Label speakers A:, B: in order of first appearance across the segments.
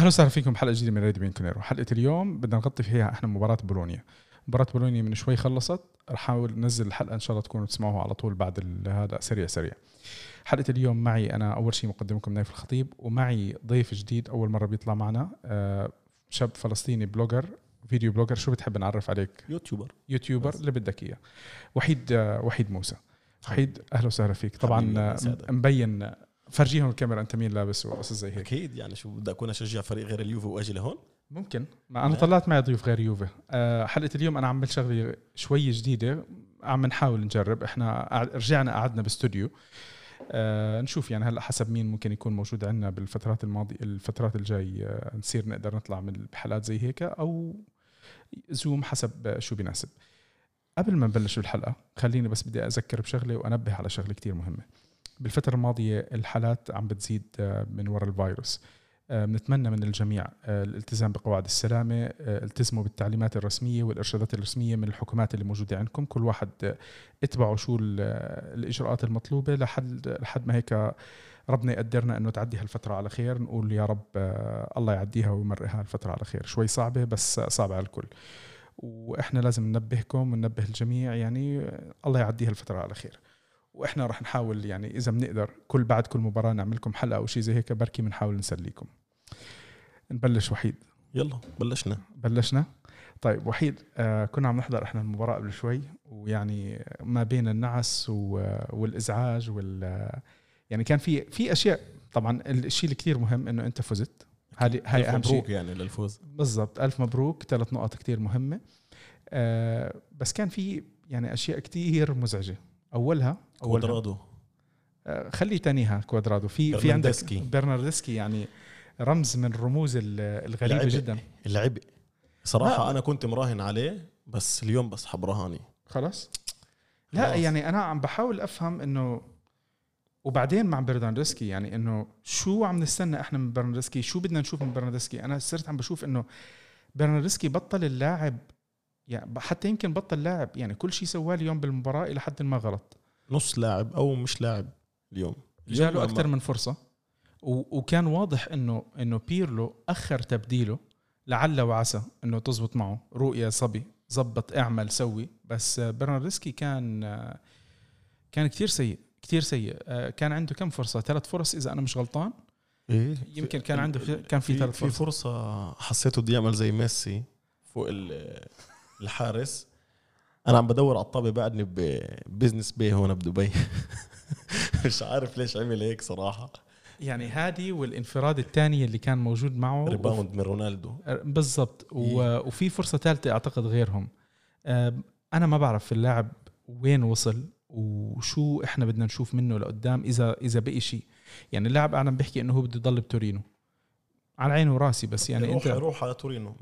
A: اهلا وسهلا فيكم بحلقه جديده من راديو بينكونيرو. حلقه اليوم بدنا نغطي فيها احنا مباراه بولونيا. مباراه بولونيا من شوي خلصت، رح احاول ننزل الحلقه ان شاء الله تكونوا تسمعوها على طول بعد هذا سريع. حلقه اليوم معي انا اول شيء مقدمكم نايف الخطيب، ومعي ضيف جديد اول مره بيطلع معنا، شاب فلسطيني بلوجر، فيديو بلوجر. شو بتحب نعرف عليك؟ يوتيوبر اللي بدك اياه. وحيد موسى. وحيد اهلا وسهلا فيك. طبعا مبين فرجيهم الكاميرا انت مين لابس وقصص زي هيك.
B: اكيد يعني شو بدي اكون اشجع فريق غير اليوفي واجي لهون؟
A: ممكن ما انا طلعت معي ضيوف غير يوفي. حلقه اليوم انا عم شغله شوي جديده، عم نحاول نجرب. احنا رجعنا قعدنا باستوديو، نشوف يعني هلا حسب مين ممكن يكون موجود عندنا بالفترات الماضيه، الفترات الجاي نصير نقدر نطلع من بحلقات زي هيك او زوم حسب شو بيناسب. قبل ما نبلش بالحلقه خليني بس بدي اذكر بشغله وانبه على شغله كتير مهمه. بالفترة الماضية الحالات عم بتزيد من وراء الفيروس. بنتمنى من الجميع الالتزام بقواعد السلامة، التزموا بالتعليمات الرسمية والإرشادات الرسمية من الحكومات اللي موجودة عندكم. كل واحد اتبعوا شو الإجراءات المطلوبة لحد ما هيك ربنا يقدرنا أنه تعدي هالفترة على خير. نقول يا رب الله يعديها ويمرقها الفترة على خير. شوي صعبة بس صعبة على الكل، وإحنا لازم ننبهكم وننبه الجميع يعني الله يعديها الفترة على خير. واحنا راح نحاول يعني اذا بنقدر بعد كل مباراه نعمل لكم حلقه او شيء زي هيك، بركي بنحاول نسليكم. نبلش. وحيد
B: يلا
A: بلشنا. طيب وحيد، كنا عم نحضر احنا المباراه قبل شوي، ويعني ما بين النعس والازعاج يعني كان في اشياء. طبعا الشيء الكثير مهم انه انت فزت، هاي اهم شيء.
B: مبروك يعني للفوز.
A: بالضبط، الف مبروك. 3 نقط كثير مهمه. بس كان في يعني اشياء كثير مزعجه. اولها
B: كوادرادو،
A: خلي تانيها كوادرادو. في عندك برناردسكي، يعني رمز من الرموز الغريبة جدا.
B: اللعب صراحة أنا كنت مراهن عليه، بس اليوم بس حبرهاني
A: خلاص. لا يعني أنا عم بحاول أفهم إنه وبعدين مع برناردسكي يعني إنه شو عم نستنى إحنا من برناردسكي، شو بدنا نشوف من برناردسكي. أنا صرت عم بشوف إنه برناردسكي بطل اللاعب، يعني حتى يمكن بطل لاعب، يعني كل شيء سواه اليوم بالمباراة إلى حد ما غلط.
B: نص لاعب أو مش لاعب. اليوم
A: جاله أكثر من فرصة، وكان واضح إنه بيرلو أخر تبديله لعل وعسى إنه تزبط معه رؤية صبي، زبط اعمل سوي. بس برناردسكي كان كتير سيء. كان عنده كم فرصة؟ 3 فرص إذا أنا مش غلطان.
B: إيه
A: يمكن كان عنده كان في 3 فرص.
B: في فرصة حسيته بدي يعمل زي ميسي فوق الحارس. أنا عم بدور على الطابة بعدني ببزنس بي هون بدبي. مش عارف ليش عمل هيك صراحة.
A: يعني هادي والانفراد الثاني اللي كان موجود معه
B: ريباوند من رونالدو
A: بالضبط. وفي فرصة ثالثة أعتقد غيرهم. أنا ما بعرف اللاعب وين وصل وشو إحنا بدنا نشوف منه لقدام إذا بقي شيء. يعني اللاعب أعلم بيحكي إنه هو بده يضل بتورينو، على عيني وراسي، بس يعني
B: يروح على تورينو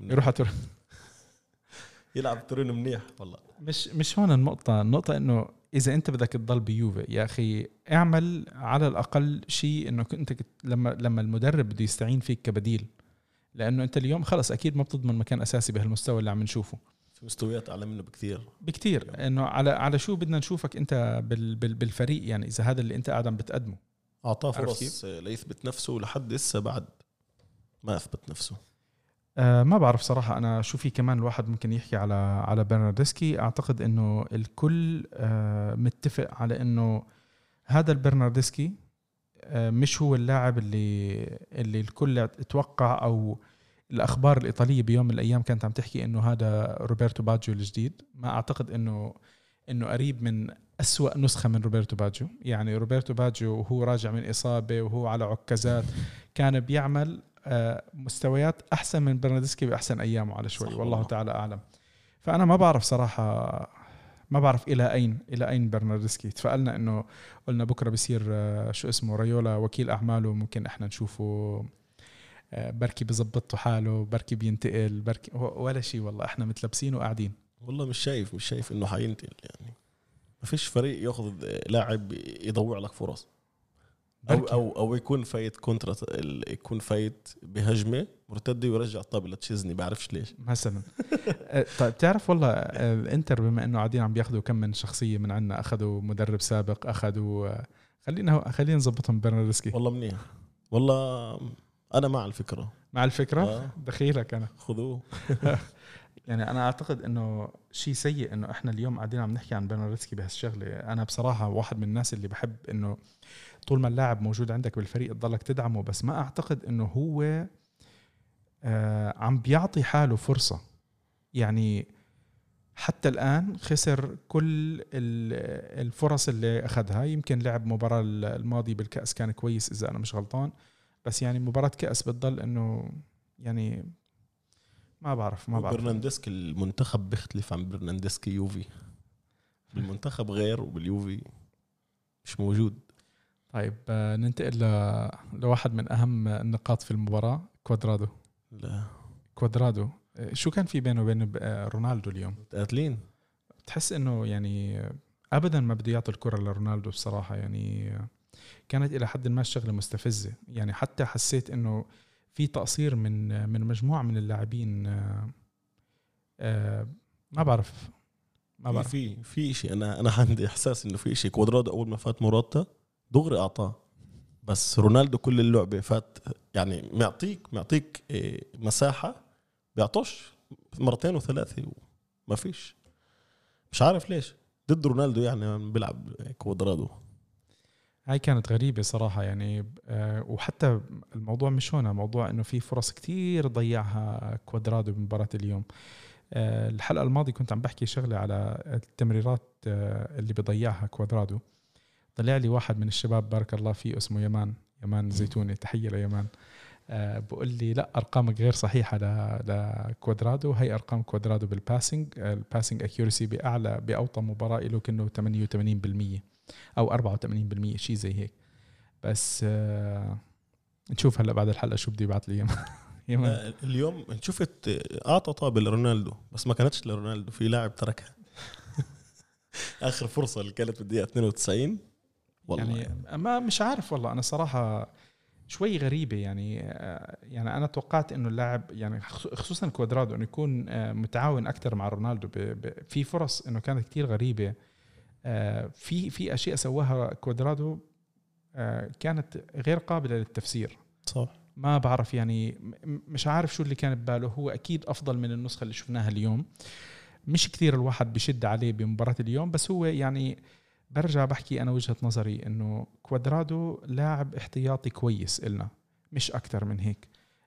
B: يلعب تورينو منيح والله.
A: مش هون النقطة إنه إذا أنت بدك تضل بيوفي يا أخي اعمل على الأقل شيء إنه أنت لما المدرب بده يستعين فيك كبديل، لأنه أنت اليوم خلص أكيد ما بتضمن مكان أساسي بهالمستوى اللي عم نشوفه.
B: في مستويات أعلى منه بكتير
A: إنه على شو بدنا نشوفك أنت بالفريق، يعني إذا هذا اللي أنت قاعد عم بتقدمه.
B: أعطاه فرص ليثبت نفسه، لحد لسه بعد ما أثبت نفسه.
A: ما بعرف صراحة. أنا شو في كمان الواحد ممكن يحكي على برناردسكي. أعتقد إنه الكل متفق على إنه هذا البرناردسكي مش هو اللاعب اللي الكل اتوقع، أو الأخبار الإيطالية بيوم من الأيام كانت عم تحكي إنه هذا روبرتو باجيو الجديد. ما أعتقد إنه قريب من أسوأ نسخة من روبرتو باجيو. يعني روبرتو باجيو وهو راجع من إصابة وهو على عكازات كان بيعمل مستويات أحسن من برناردسكي بأحسن أيامه على شوي، والله تعالى أعلم. فأنا ما بعرف صراحة، ما بعرف إلى أين برناردسكي. تفائلنا إنه قلنا بكرة بيصير شو اسمه رايولا وكيل أعماله، ممكن إحنا نشوفه بركي بزبطه حاله، بركي بينتقل، بركي ولا شيء. والله إحنا متلبسين وقاعدين.
B: والله مش شايف إنه حينتقل. يعني ما فيش فريق يأخذ لاعب يضوع لك فرص، أو يكون فايت كونترا، يكون فايت بهجمة مرتدة ويرجع الطابة لتشيزني. بعرفش ليش
A: مثلا. طيب تعرف والله الانتر بما انه قاعدين عم بياخذوا كم من شخصية من عنا، اخذوا مدرب سابق، اخذوا خلينا نظبطهم برناردسكي.
B: والله منيح والله. انا مع الفكرة.
A: مع الفكرة دخيلك أنا
B: خذوه.
A: يعني أنا أعتقد إنه شيء سيء إنه إحنا اليوم قاعدين عم نحكي عن برناردسكي بهالشغلة. أنا بصراحة واحد من الناس اللي بحب إنه طول ما اللاعب موجود عندك بالفريق تضلك تدعمه، بس ما أعتقد إنه هو عم بيعطي حاله فرصة. يعني حتى الآن خسر كل الفرص اللي أخذها. يمكن لعب مباراة الماضي بالكأس كان كويس إذا أنا مش غلطان، بس يعني مباراة كأس بتضل إنه يعني ما بعرف.
B: برناردسكي المنتخب بيختلف عن برناردسكي يوفي. بالمنتخب غير وباليوفي مش موجود.
A: طيب ننتقل لواحد من أهم النقاط في المباراة، كوادرادو.
B: لا
A: كوادرادو شو كان في بينه وبين رونالدو اليوم؟
B: قاتلين.
A: تحس إنه يعني أبدا ما بده يعطي الكرة لرونالدو بصراحة. يعني كانت إلى حد ما الشغلة مستفزة. يعني حتى حسيت إنه في تقصير من مجموعة من اللاعبين. ما بعرف
B: في شيء. أنا عندي إحساس إنه في شيء. كوادرادو أول ما فات موراتا دغري أعطاه، بس رونالدو كل اللعبة فات يعني معطيك مساحة بيعطوش مرتين وثلاثة وما فيش. مش عارف ليش ضد رونالدو يعني بيلعب كوادرادو.
A: هاي كانت غريبة صراحة يعني. وحتى الموضوع مش هنا موضوع إنه في فرص كتير ضيعها كوادرادو بمباراة اليوم. الحلقة الماضية كنت عم بحكي شغلة على التمريرات اللي بضيعها كوادرادو. طلع لي واحد من الشباب بارك الله فيه اسمه يمان زيتوني، تحية ليمان. بقول لي لا أرقامك غير صحيحة لكوادرادو. هي أرقام كوادرادو بالباسنج. الباسنج أكيورسي بأوطى مباراة له كأنه 88% أو 84%، شيء زي هيك. بس نشوف هلأ بعد الحلقة شو بدي يبعث لي يمان.
B: اليوم شفت أعطى طابة لرونالدو بس ما كانتش لرونالدو، في لاعب تركها. آخر فرصة اللي كانت بالدقيقة 92
A: والله يعني ما مش عارف والله. أنا صراحة شوي غريبة يعني أنا توقعت إنه اللاعب يعني خصوصا كوادرادو إنه يكون متعاون أكتر مع رونالدو. في فرص إنه كانت كتير غريبة. في أشياء سواها كوادرادو كانت غير قابلة للتفسير.
B: صح.
A: ما بعرف يعني مش عارف شو اللي كان بباله. هو أكيد أفضل من النسخة اللي شفناها اليوم. مش كتير الواحد بيشد عليه بمباراة اليوم، بس هو يعني برجع بحكي أنا وجهة نظري إنه كوادرادو لاعب احتياطي كويس إلنا، مش أكتر من هيك.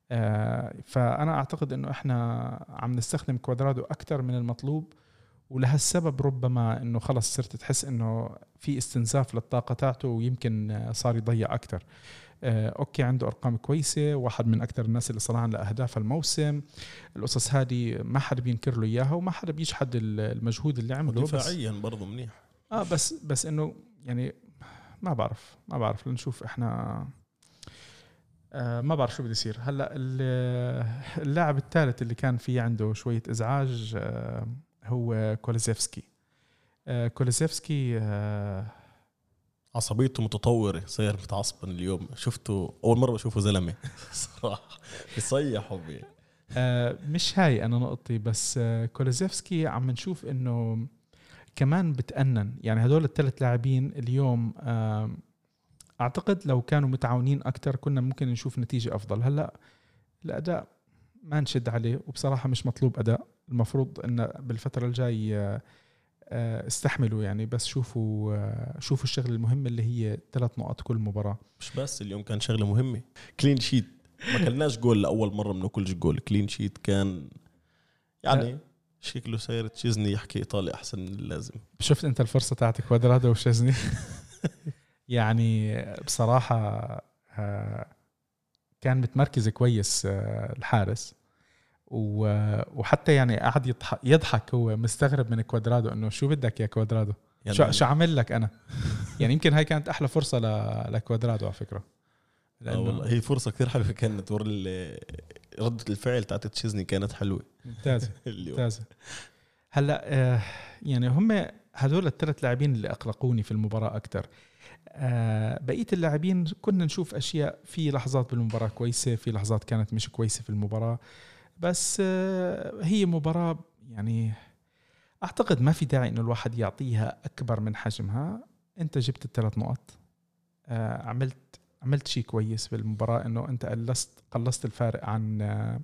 A: فأنا أعتقد إنه إحنا عم نستخدم كوادرادو أكتر من المطلوب، ولهالسبب ربما إنه خلص صرت تحس إنه في استنزاف للطاقة تاعته ويمكن صار يضيع أكتر. أوكي عنده أرقام كويسة، واحد من أكتر الناس اللي صنعن لأهداف الموسم. القصص هذه ما حدا بينكر له إياها وما حدا بيجحد المجهود اللي عمله.
B: دفاعيا برضه منيح.
A: بس إنه يعني ما بعرف لنشوف إحنا. ما بعرف شو بده يصير هلا. اللاعب الثالث اللي كان فيه عنده شوية إزعاج هو كولوزيفسكي. كولوزيفسكي
B: عصبيته متطورة، صاير متعصبا اليوم. شفته أول مرة بشوفه زلمة صراحة يصيحوا بيه.
A: مش هاي أنا نقطتي، بس كولوزيفسكي عم نشوف إنه كمان بتأنن. يعني هدول الثلاث لاعبين اليوم أعتقد لو كانوا متعاونين أكتر كنا ممكن نشوف نتيجة أفضل. هلأ الأداء ما نشد عليه، وبصراحة مش مطلوب أداء. المفروض إن بالفترة الجاية استحملوا يعني، بس شوفوا الشغل المهم اللي هي 3 نقاط كل مباراة.
B: مش بس اليوم كان شغلة مهمة، كلين شيت. ما كلناش جول لأول مرة من كل جول. كلين شيت كان يعني شكله سير تشيزني يحكي إيطالي أحسن من اللازم.
A: شفت أنت الفرصة تاعتك كوادرادو وشيزني؟ يعني بصراحة كان متمركز كويس الحارس، وحتى يعني قاعد يضحك هو مستغرب من كوادرادو انه شو بدك يا كوادرادو يعني شو عمل لك انا. يعني يمكن هاي كانت احلى فرصة لكوادرادو على فكرة.
B: والله هي فرصة كثير حلوة كانت. ردة الفعل تاعت تشيزني كانت حلوة
A: ممتازة. هلا يعني هم هذول الثلاث لاعبين اللي اقلقوني في المباراة اكتر. بقية اللاعبين كنا نشوف اشياء في لحظات بالمباراة كويسة، في لحظات كانت مش كويسة في المباراة. بس هي مباراة يعني أعتقد ما في داعي إنه الواحد يعطيها أكبر من حجمها. أنت جبت ال3 نقط، عملت عملت شيء كويس بالمباراة، انه انت قلصت الفارق عن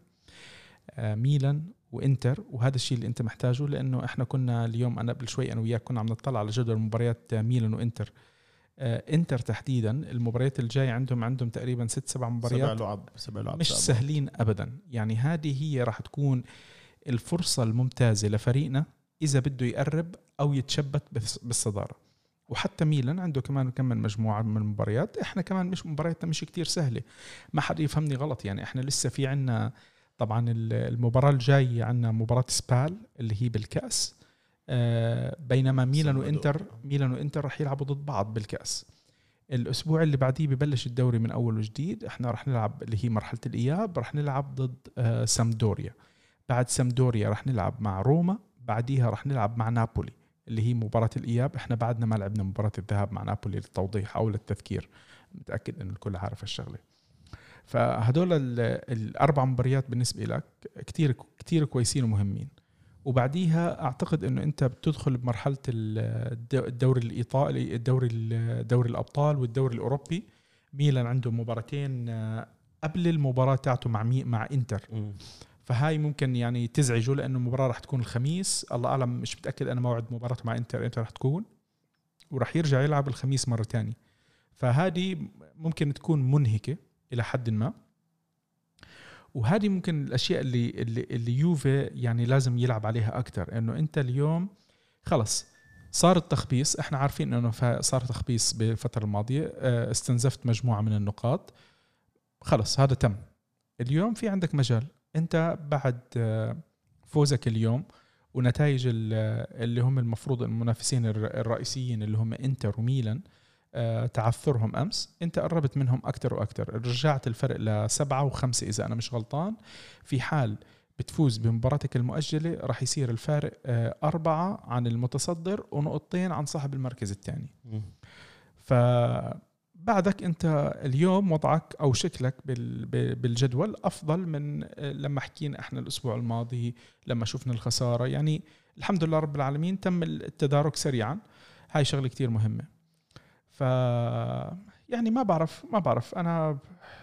A: ميلان وانتر، وهذا الشيء اللي انت محتاجه، لانه احنا كنا اليوم انا قبل شوي انا وياك كنا عم نطلع على جدول مباريات ميلان وانتر. انتر تحديدا المباريات الجاي عندهم تقريبا 6-7 مباريات،
B: 7 لعب
A: مش سهلين ابدا. يعني هذه هي راح تكون الفرصة الممتازة لفريقنا اذا بده يقرب او يتشبت بالصدارة. وحتى ميلان عنده كمان كمان مجموعة من المباريات، احنا كمان مش مبارياتنا مش كتير سهلة. ما حد يفهمني غلط، يعني احنا لسه في عنا طبعا المباراة الجاية عنا مباراة سبال اللي هي بالكأس، بينما ميلان وإنتر رح يلعبوا ضد بعض بالكأس. الأسبوع اللي بعديه ببلش الدوري من أول وجديد، احنا رح نلعب اللي هي مرحلة الإياب، رح نلعب ضد سامدوريا. بعد سامدوريا رح نلعب مع روما، بعديها رح نلعب مع نابولي اللي هي مباراة الإياب. احنا بعدنا ما لعبنا مباراة الذهاب مع نابولي للتوضيح أو للتذكير، متأكد أن الكل عارف الشغلة. فهدول الأربع مباريات بالنسبة لك كتير كتير كويسين ومهمين. وبعديها أعتقد أنه أنت بتدخل بمرحلة الدوري الإيطالي، دوري الأبطال والدوري الأوروبي. ميلان عنده مباراتين قبل المباراة تاعته مع إنتر، فهاي ممكن يعني تزعجه، لأنه المباراة رح تكون الخميس، الله أعلم مش متأكد أنا موعد مباراة مع إنتر رح تكون، ورح يرجع يلعب الخميس مرة تانية. فهذه ممكن تكون منهكة إلى حد ما، وهذه ممكن الأشياء اللي يوفي يعني لازم يلعب عليها أكتر. إنه أنت اليوم خلص صار التخبيص، إحنا عارفين إنه صار تخبيص بالفترة الماضية، استنزفت مجموعة من النقاط، خلص هذا تم. اليوم في عندك مجال، أنت بعد فوزك اليوم ونتائج اللي هم المفروض المنافسين الرئيسيين اللي هم إنتر وميلان تعثرهم أمس، أنت قربت منهم أكتر وأكتر، رجعت الفرق ل7 و5 إذا أنا مش غلطان. في حال بتفوز بمباراتك المؤجلة راح يصير الفارق 4 عن المتصدر ونقطتين عن صاحب المركز الثاني. فبعدك أنت اليوم وضعك أو شكلك بالجدول أفضل من لما حكينا إحنا الأسبوع الماضي لما شفنا الخسارة. يعني الحمد لله رب العالمين تم التدارك سريعا، هاي شغلة كتير مهمة. يعني ما بعرف أنا،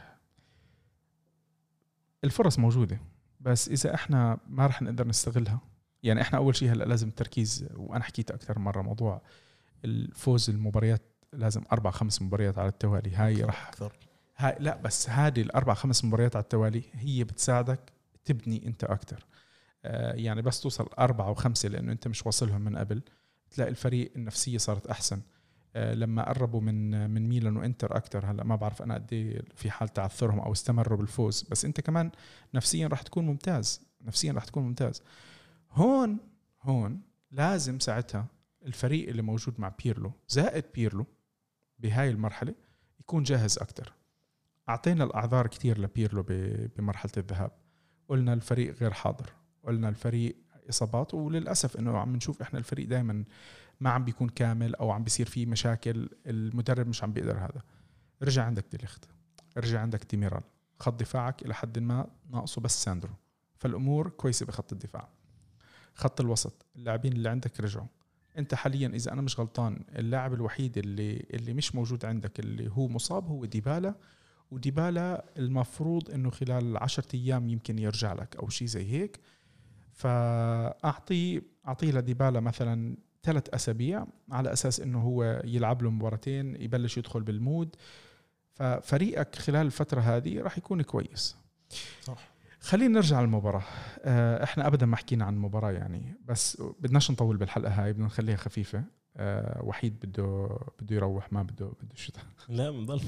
A: الفرص موجودة، بس إذا إحنا ما رح نقدر نستغلها. يعني إحنا أول شيء هلأ لازم التركيز، وأنا حكيت أكثر مرة موضوع الفوز المباريات، لازم 4-5 مباريات على التوالي. هاي رح هاي لا بس هذه 4-5 مباريات على التوالي هي بتساعدك تبني أنت أكتر. يعني بس توصل 4 و5 لأنه أنت مش واصلهم من قبل، تلاقي الفريق النفسية صارت أحسن. لما قربوا من ميلان وإنتر أكتر، هلأ ما بعرف أنا قدي في حال تعثرهم أو استمروا بالفوز، بس أنت كمان نفسيا راح تكون ممتاز. هون لازم ساعتها الفريق اللي موجود مع بيرلو زائد بيرلو بهاي المرحلة يكون جاهز أكتر. أعطينا الأعذار كتير لبيرلو بمرحلة الذهاب، قلنا الفريق غير حاضر، قلنا الفريق إصابات، وللأسف إنه عم نشوف إحنا الفريق دايما ما عم بيكون كامل أو عم بيصير فيه مشاكل، المدرب مش عم بيقدر هذا. رجع عندك ديليخت، رجع عندك تيميرال، خط دفاعك إلى حد ما ناقصه بس ساندرو، فالأمور كويسة بخط الدفاع. خط الوسط اللاعبين اللي عندك رجعوا. أنت حاليا إذا أنا مش غلطان اللاعب الوحيد اللي مش موجود عندك اللي هو مصاب هو ديبالا، وديبالا المفروض إنه خلال 10 أيام يمكن يرجع لك أو شيء زي هيك. فأعطيه لديبالا مثلا 3 أسابيع على أساس إنه هو يلعب له مباراتين يبلش يدخل بالمود، ففريقك خلال الفترة هذه راح يكون كويس.
B: صح.
A: خلينا نرجع للمباراة. احنا أبدا ما حكينا عن المباراة يعني، بس بدناش نطول بالحلقة هاي، بدنا نخليها خفيفة. وحيد بده يروح، ما بده شتاء.
B: لا مضل.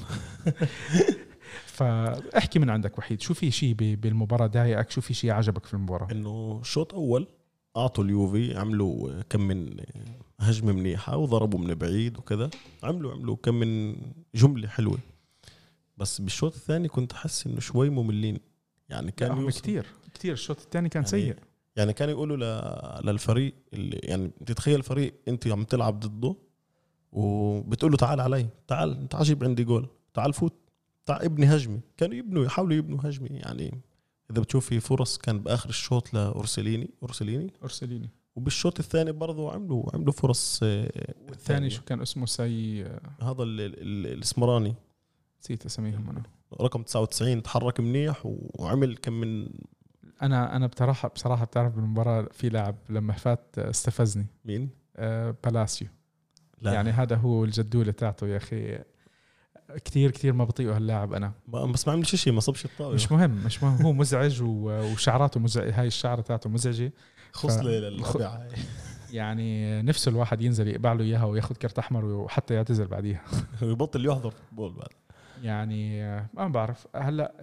A: فاحكي من عندك وحيد، شو في شيء بالمباراة ضايقك؟ شو في شيء عجبك في المباراة؟
B: إنه شوط أول أعطوا اليوفي، عملوا كم من هجمة منيحة وضربوا من بعيد وكذا، عملوا كم من جملة حلوة، بس بالشوط الثاني كنت أحس إنه شوي مملين. يعني كان
A: كتير الشوط الثاني كان سيء.
B: يعني كانوا يقولوا للفريق اللي يعني تتخيل فريق انت عم تلعب ضده وبتقول له تعال علي، تعال انت عجيب عندي جول، تعال فوت، تعال ابني هجمه. كانوا يحاولوا يبنوا هجمه. يعني اذا بتشوف في فرص كان باخر الشوط لأورسليني، وبالشوط الثاني برضو عملوا فرص.
A: والثاني شو كان اسمه؟
B: هذا الاسمراني
A: نسيت اسميهم انا.
B: رقم 99 تحرك منيح وعمل كم من.
A: انا بصراحه بتعرف بالمباراه في لاعب لما فات استفزني.
B: مين؟
A: بالاسيو.
B: لا.
A: يعني هذا هو الجدولة تاعته يا أخي. كتير ما بطيقه هاللاعب أنا.
B: بس ما عمل شيء، ما صبش الطاولة.
A: مش مهم هو مزعج وشعراته مزعج. هاي الشعرة تاعته مزعجة.
B: خصلة للربيعة.
A: يعني نفسه الواحد ينزل يقبع له إياها وياخد كرت أحمر وحتى يعتزل بعديها.
B: ويبطل يحضر فوتبول بعد.
A: يعني ما بعرف هلا.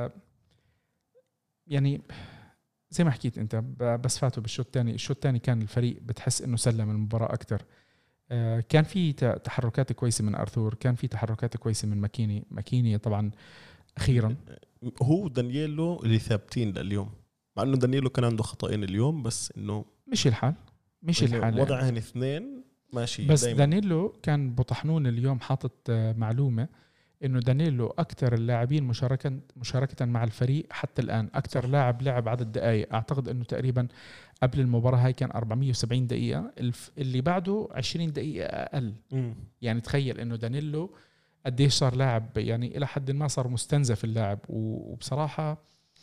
A: يعني زي ما حكيت أنت بس فاتوا بالشوط الثاني. الشوط الثاني كان الفريق بتحس إنه سلم المباراة أكتر. كان في تحركات كويسة من أرثور، كان في تحركات كويسة من ماكيني طبعا أخيرا.
B: هو دانييلو اللي ثابتين لليوم، مع إنه دانييلو كان عنده خطأين اليوم، بس إنه
A: مش الحال
B: وضعهن اثنين ماشي.
A: بس
B: دايماً.
A: دانيلو كان بطحنون اليوم حاطط معلومة إنه دانيلو أكثر اللاعبين مشاركة مع الفريق حتى الآن. أكثر لاعب لعب عدد دقائق، أعتقد إنه تقريبا قبل المباراة هاي كان 470 دقيقة، اللي بعده 20 دقيقة أقل. يعني تخيل إنه دانيلو قديش صار لاعب، يعني إلى حد ما صار مستنزف اللاعب. وبصراحة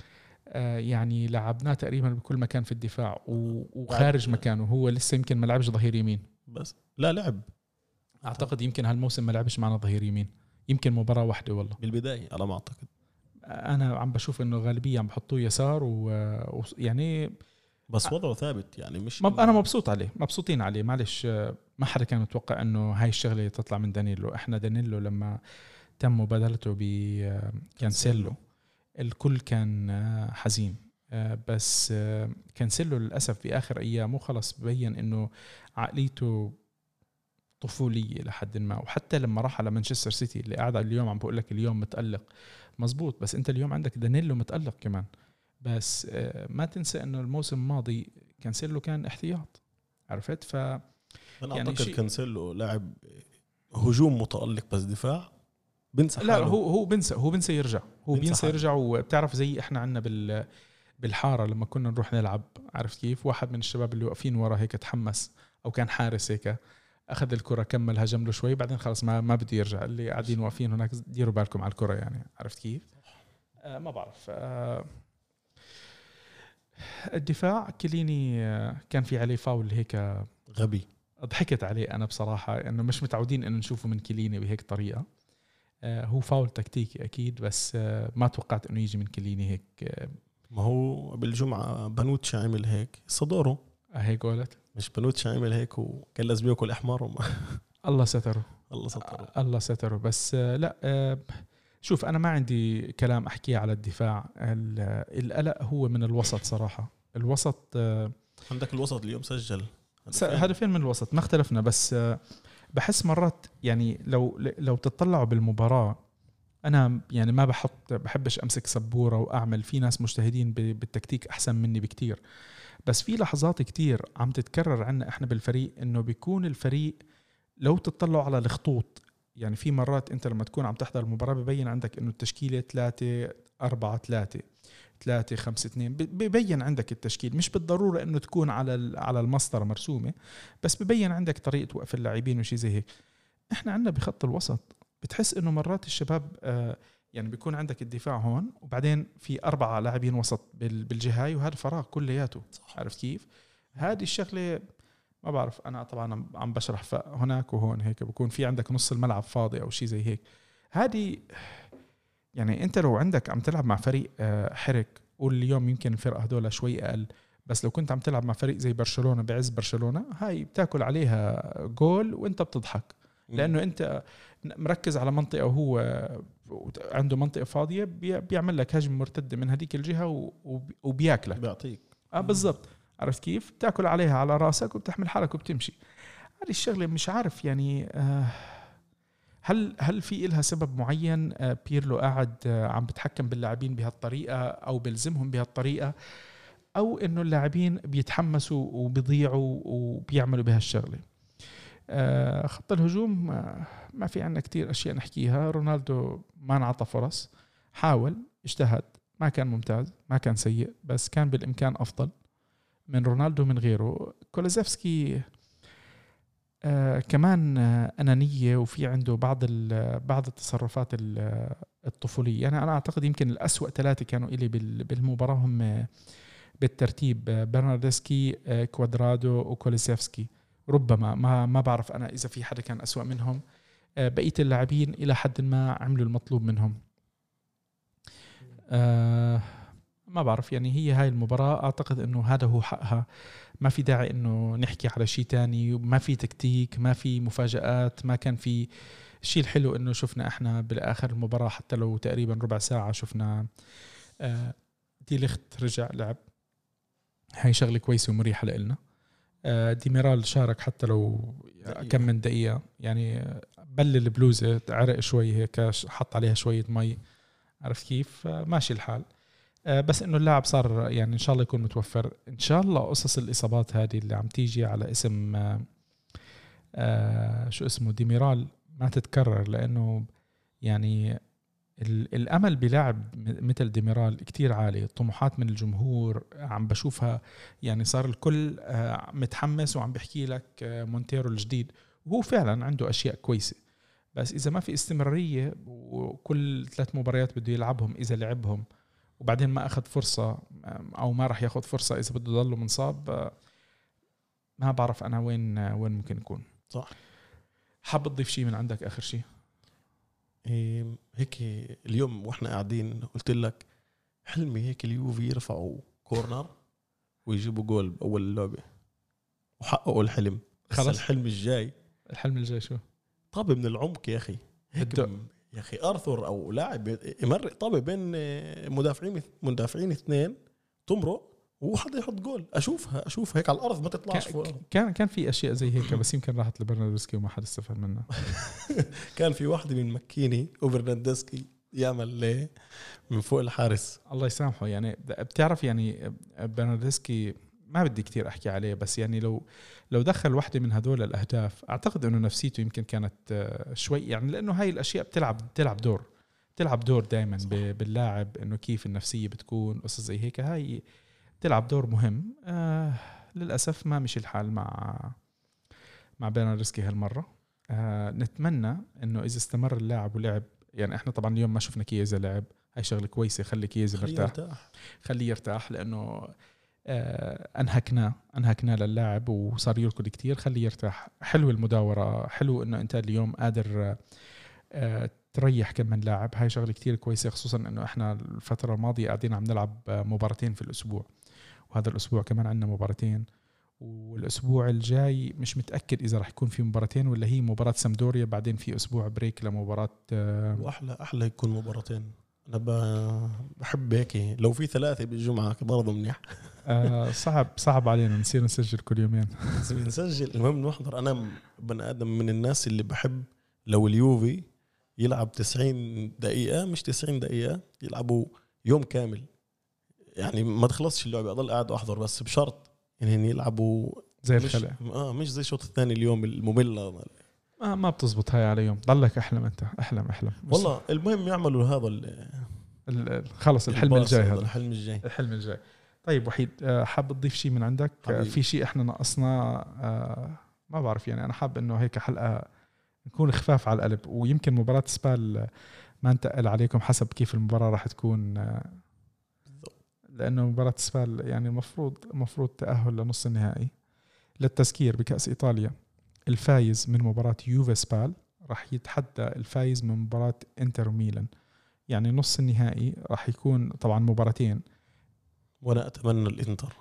A: يعني لعبناه تقريبا بكل مكان في الدفاع وخارج مكانه. هو لسه يمكن ما لعبش ظهير يمين،
B: بس لا لعب.
A: أعتقد يمكن هالموسم ما لعبش معنا ظهير يمين، يمكن مباراة واحدة والله
B: بالبداية على ما أعتقد.
A: أنا عم بشوف إنه غالبية عم بحطوه يسار ويعني
B: بس وضعه ثابت يعني. مش
A: أنا مبسوطين عليه. معلش ما حدا كان متوقع إنه هاي الشغلة تطلع من دانيلو. إحنا دانيلو لما تم مبادلته بكانسيلو الكل كان حزين. بس كانسيلو للأسف بآخر أيامه خلص ببين إنه عقليته طفولية لحد ما. وحتى لما راح على مانشستر سيتي اللي قاعد اليوم عم بقول لك اليوم متألق مزبوط، بس أنت اليوم عندك دانيلو متألق كمان. بس ما تنسى إنه الموسم الماضي كانسيلو كان احتياط، عرفت؟
B: أنا
A: يعني
B: أعتقد كانسيلو لاعب هجوم متألق، بس دفاع بنسى
A: لا
B: حاله.
A: هو بنسى يرجع. بينسى يرجع. وبتعرف زي إحنا عنا بالحارة لما كنا نروح نلعب، عرفت كيف؟ واحد من الشباب اللي واقفين ورا هيك تحمس، أو كان حارس هيك أخذ الكرة كمل هجم له شوي بعدين خلاص ما بده يرجع. اللي قاعدين واقفين هناك ديروا بالكم على الكرة يعني، عرفت كيف؟ ما بعرف. الدفاع كليني كان في عليه فاول هيك
B: غبي،
A: ضحكت عليه أنا بصراحة، إنه مش متعودين إنه نشوفه من كليني بهيك طريقة. هو فاول تكتيكي أكيد، بس ما توقعت إنه يجي من كليني هيك.
B: ما هو بالجمعة بنوتشا عمل هيك صدره.
A: هيك قولت
B: مش بنوتشا عمل هيك وكان لازم ياكل أحمر
A: الله ستره.
B: الله
A: ستره. بس لا شوف أنا ما عندي كلام أحكيه على الدفاع. القلق هو من الوسط صراحة. الوسط
B: عندك الوسط اليوم سجل
A: هدفين من الوسط، ما اختلفنا. بس بحس مرات يعني لو تطلعوا بالمباراة، أنا يعني ما بحبش أمسك سبورة وأعمل. في ناس مجتهدين بالتكتيك أحسن مني بكتير، بس في لحظات كتير عم تتكرر عنا إحنا بالفريق إنه بيكون الفريق لو تطلعوا على الخطوط. يعني في مرات أنت لما تكون عم تحضر المباراة ببين عندك إنه التشكيلة 3-4-3 3-5-2 ببين عندك التشكيل. مش بالضرورة إنه تكون على المسطرة مرسومة، بس ببين عندك طريقة وقف اللاعبين وشي زي هيك. إحنا عندنا بخط الوسط بتحس إنه مرات الشباب يعني بيكون عندك الدفاع هون وبعدين في 4 لاعبين وسط بالجهاي وهذا فراغ كلياته. عرفت كيف؟ هذه الشغلة ما بعرف. أنا طبعا عم بشرح هناك وهون هيك بكون في عندك نص الملعب فاضي أو شيء زي هيك. هذه يعني أنت لو عندك عم تلعب مع فريق حرك، واليوم يمكن الفرقة هدول شوي أقل، بس لو كنت عم تلعب مع فريق زي برشلونة بعز برشلونة هاي بتاكل عليها جول وانت بتضحك، لأنه أنت مركز على منطقة وهو عنده منطقة فاضية بيعمل لك هجم مرتدة من هذيك الجهة وبياكلك
B: بيعطيك.
A: بالضبط. عرفت كيف؟ بتاكل عليها على راسك وبتحمل حالك وبتمشي. هذه الشغلة مش عارف يعني هل في إلها سبب معين؟ بيرلو قاعد عم بتحكم باللاعبين بهالطريقة أو بلزمهم بهالطريقة، أو إنه اللاعبين بيتحمسوا وبيضيعوا وبيعملوا بهالشغلة؟ خط الهجوم ما في عنا كتير أشياء نحكيها. رونالدو ما نعطى فرص، حاول اجتهد، ما كان ممتاز ما كان سيء، بس كان بالإمكان أفضل من رونالدو من غيره. كولوزيفسكي كمان أنانية، وفي عنده بعض التصرفات الطفولية. يعني أنا أعتقد يمكن الأسوأ 3 كانوا إلي بالمباراة هم بالترتيب برناردسكي، كوادرادو وكوليسيفسكي. ربما ما بعرف أنا إذا في حدا كان أسوأ منهم. بقية اللاعبين إلى حد ما عملوا المطلوب منهم. ما بعرف، يعني هي هاي المباراة أعتقد أنه هذا هو حقها. ما في داعي أنه نحكي على شيء تاني. ما في تكتيك، ما في مفاجآت، ما كان في الشيء الحلو أنه شفنا إحنا بالآخر المباراة حتى لو تقريبا ربع ساعة شفنا دي ليخت رجع لعب. هاي شغلة كويسة ومريحة لإلنا. ديميرال شارك حتى لو كم من دقيقة، يعني بلل بلوزة عرق شوي هيك، حط عليها شوية مي، عرفت كيف؟ ماشي الحال. بس انه اللاعب صار يعني ان شاء الله يكون متوفر. ان شاء الله قصص الاصابات هذه اللي عم تيجي على اسم شو اسمه ديميرال ما تتكرر، لانه يعني الامل بلاعب مثل ديميرال كتير عالي. الطموحات من الجمهور عم بشوفها، يعني صار الكل متحمس وعم بحكي لك مونتيرو الجديد، وهو فعلا عنده اشياء كويسه. بس اذا ما في استمراريه وكل 3 مباريات بده يلعبهم اذا لعبهم وبعدين ما أخذ فرصة أو ما راح يأخذ فرصة إذا بده يضله منصاب، ما بعرف أنا وين ممكن يكون.
B: صح.
A: حاب تضيف شيء من عندك آخر شيء؟
B: هيك اليوم وإحنا قاعدين قلت لك حلمي هيك اليوفي يرفعوا كورنر ويجيبوا جول بأول اللعبة وحققوا الحلم.
A: خلص
B: الحلم الجاي
A: شو؟
B: طابة من العمق يا أخي هيك يا أخي أرثر أو لاعب يمرق طابة بين مدافعين 2 تمرق وحد يحط جول. أشوفها هيك على الأرض ما تطلعش فوق.
A: كان في أشياء زي هيك بس يمكن راحت لبرناردسكي وما حد استفاد منها.
B: كان في واحدة من مكيني وبرناردسكي يعمل من فوق الحارس،
A: الله يسامحه. يعني بتعرف يعني برناردسكي ما بدي كتير أحكي عليه، بس يعني لو دخل واحدة من هدول الأهداف أعتقد أنه نفسيته يمكن كانت شوي، يعني لأنه هاي الأشياء بتلعب دور دائما باللاعب، أنه كيف النفسية بتكون قصة زي هيك. هاي بتلعب دور مهم. للأسف ما مشي الحال مع برناردسكي هالمرة. نتمنى أنه إذا استمر اللاعب ولعب، يعني إحنا طبعا اليوم ما شفنا كيزا لعب، هاي شغلة كويسة. خلي كيزا مرتاح، خليه يرتاح، لأنه أنهكنا للاعب وصار يركض كتير. خليه يرتاح. حلو المداورة، حلو إنه أنت اليوم قادر تريح كم من لاعب. هاي شغلة كتير كويسة، خصوصا إنه إحنا الفترة الماضية قاعدين عم نلعب 2 مباراتين في الأسبوع، وهذا الأسبوع كمان عندنا 2 مباراتين، والأسبوع الجاي مش متأكد إذا رح يكون في 2 مباراتين ولا هي مباراة سامدوريا بعدين في أسبوع بريك لمباراة.
B: وأحلى يكون 2 مباراتين. أنا بحب هيك لو في 3 بالجمعة برضه منيح.
A: صعب علينا نصير نسجل كل يومين.
B: بنسجل المهم نحضر. أنا بني آدم من الناس اللي بحب لو اليوفي يلعب 90 دقيقة مش 90 دقيقة، يلعبوا يوم كامل، يعني ما تخلصش اللعبة أضل قاعد أحضر، بس بشرط يعني يلعبوا
A: زي الخلق.
B: مش زي الشوط الثاني اليوم الممل.
A: ما بتزبط هاي على يوم. ضلك أحلم أنت، أحلم
B: والله. المهم يعملوا هذا
A: خلص الحلم الجاي. هذا
B: الحلم الجاي.
A: طيب وحيد، حاب تضيف شيء من عندك حبيبي. في شيء احنا نقصنا؟ ما بعرف، يعني انا حاب انه هيك حلقة نكون خفاف على القلب، ويمكن مباراة سبال ما نتقل عليكم حسب كيف المباراة راح تكون، لانه مباراة سبال يعني المفروض تأهل لنص النهائي. للتذكير بكأس إيطاليا الفايز من مباراة يوفي سبال راح يتحدى الفايز من مباراة انتر ميلان، يعني نص النهائي راح يكون طبعا مباراتين،
B: وانا اتمنى الانتر.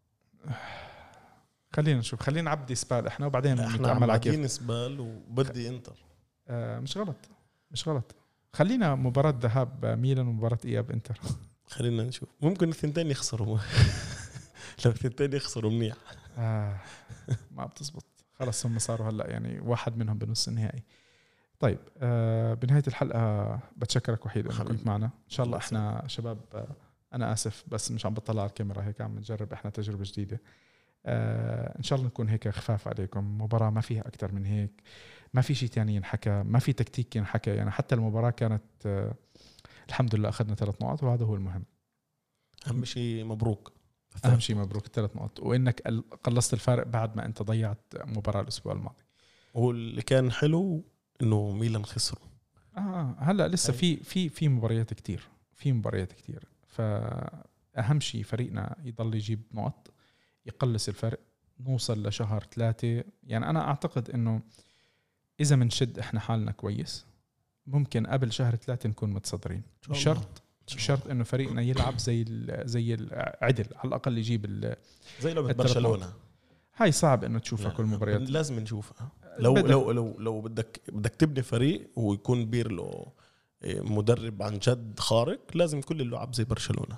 A: خلينا نشوف، خلينا نعبي سبال احنا وبعدين
B: احنا عاملين سبال وبدي انتر.
A: مش غلط. خلينا مباراة ذهاب ميلان ومباراة اياب انتر.
B: خلينا نشوف، ممكن الثنتين يخسروا. لو الثنتين يخسروا منيح.
A: ما بتزبط. خلص هم صاروا هلا يعني واحد منهم بنص النهائي. طيب بنهاية الحلقة بتشكرك وحيد انك كنت معنا. ان شاء الله احنا شباب، انا اسف بس مش عم بطلع على الكاميرا، هيك عم نجرب احنا تجربة جديدة. ان شاء الله نكون هيك خفاف عليكم. مباراة ما فيها اكتر من هيك، ما في شيء تاني ينحكى، ما في تكتيك ينحكى، يعني حتى المباراة كانت الحمد لله اخذنا 3 نقاط وهذا هو المهم.
B: اهم شيء مبروك.
A: اهم شيء مبروك 3 نقاط، وانك قلصت الفارق بعد ما انت ضيعت مباراة الاسبوع الماضي.
B: واللي كان حلو انه ميلان خسروا.
A: هلا لسه في مباريات كتير، فأهم شيء فريقنا يضل يجيب نقط، يقلص الفرق، نوصل لشهر 3. يعني أنا أعتقد إنه إذا منشد إحنا حالنا كويس ممكن قبل شهر 3 نكون متصدرين. شرط إنه فريقنا يلعب زي العدل، على الأقل يجيب
B: زي لعبة برشلونة.
A: هاي صعب إنه تشوفها كل مباريات،
B: لازم نشوفها. لو بدك تبني فريق ويكون بير له مدرب عن جد خارق، لازم كل اللعب زي برشلونة.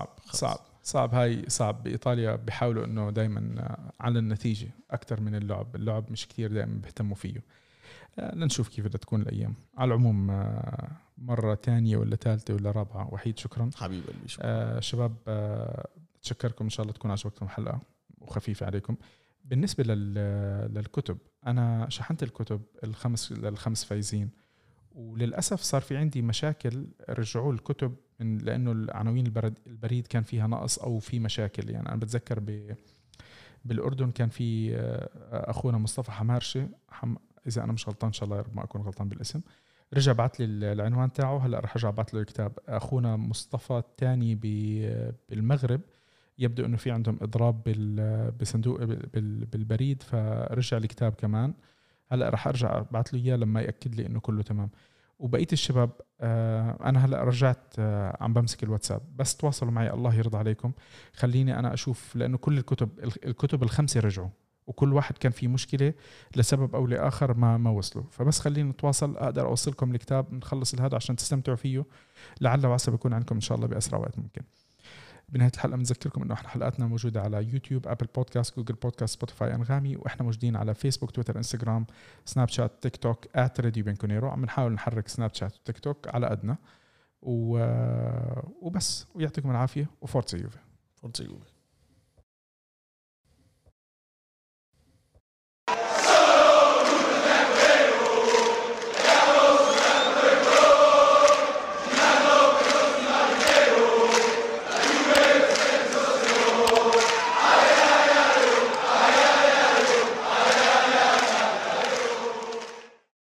B: صعب هاي صعب. بإيطاليا بيحاولوا إنه دايما على النتيجة أكتر من اللعب مش كتير دايما بيهتموا فيه. لنشوف كيف بدها تكون الأيام. على العموم مرة تانية ولا ثالثة ولا رابعة، وحيد شكرا حبيب
A: شباب. أتشكركم، إن شاء الله تكون عجبتكم الحلقة وخفيفة عليكم. بالنسبة للكتب، أنا شحنت الكتب للخمس فايزين، وللأسف صار في عندي مشاكل رجعوا الكتب لأنه العناوين البريد كان فيها نقص أو في مشاكل. يعني أنا بتذكر بالأردن كان في أخونا مصطفى حمارشة، إذا أنا مش غلطان إن شاء الله ما أكون غلطان بالاسم، رجع بعت لي العنوان تاعه. هلأ رح أرجع بعت له الكتاب. أخونا مصطفى الثاني بالمغرب يبدو أنه في عندهم إضراب بصندوق بالبريد، فرجع الكتاب كمان. هلأ رح أرجع بعت له إياه لما يأكد لي إنه كله تمام. وبقية الشباب أنا هلأ رجعت عم بمسك الواتساب، بس تواصلوا معي الله يرضى عليكم، خليني أنا أشوف، لأنه كل الكتب الخمسة رجعوا، وكل واحد كان فيه مشكلة لسبب أو لآخر ما وصلوا. فبس خليني نتواصل، أقدر أوصلكم الكتاب، نخلص الهذا عشان تستمتعوا فيه، لعل وعسى بيكون عندكم إن شاء الله بأسرع وقت ممكن. بنهاية الحلقة بنذكركم إنه إحنا حلقاتنا موجودة على يوتيوب، أبل بودكاست، جوجل بودكاست، سبوتيفاي، أنغامي، وإحنا موجودين على فيسبوك، تويتر، إنستغرام، سناب شات، تيك توك @راديو بنكونيرو. عم نحاول نحرك سناب شات وتيك توك على قدنا وبس. ويعطيكم العافية، وفورتزا يوفي.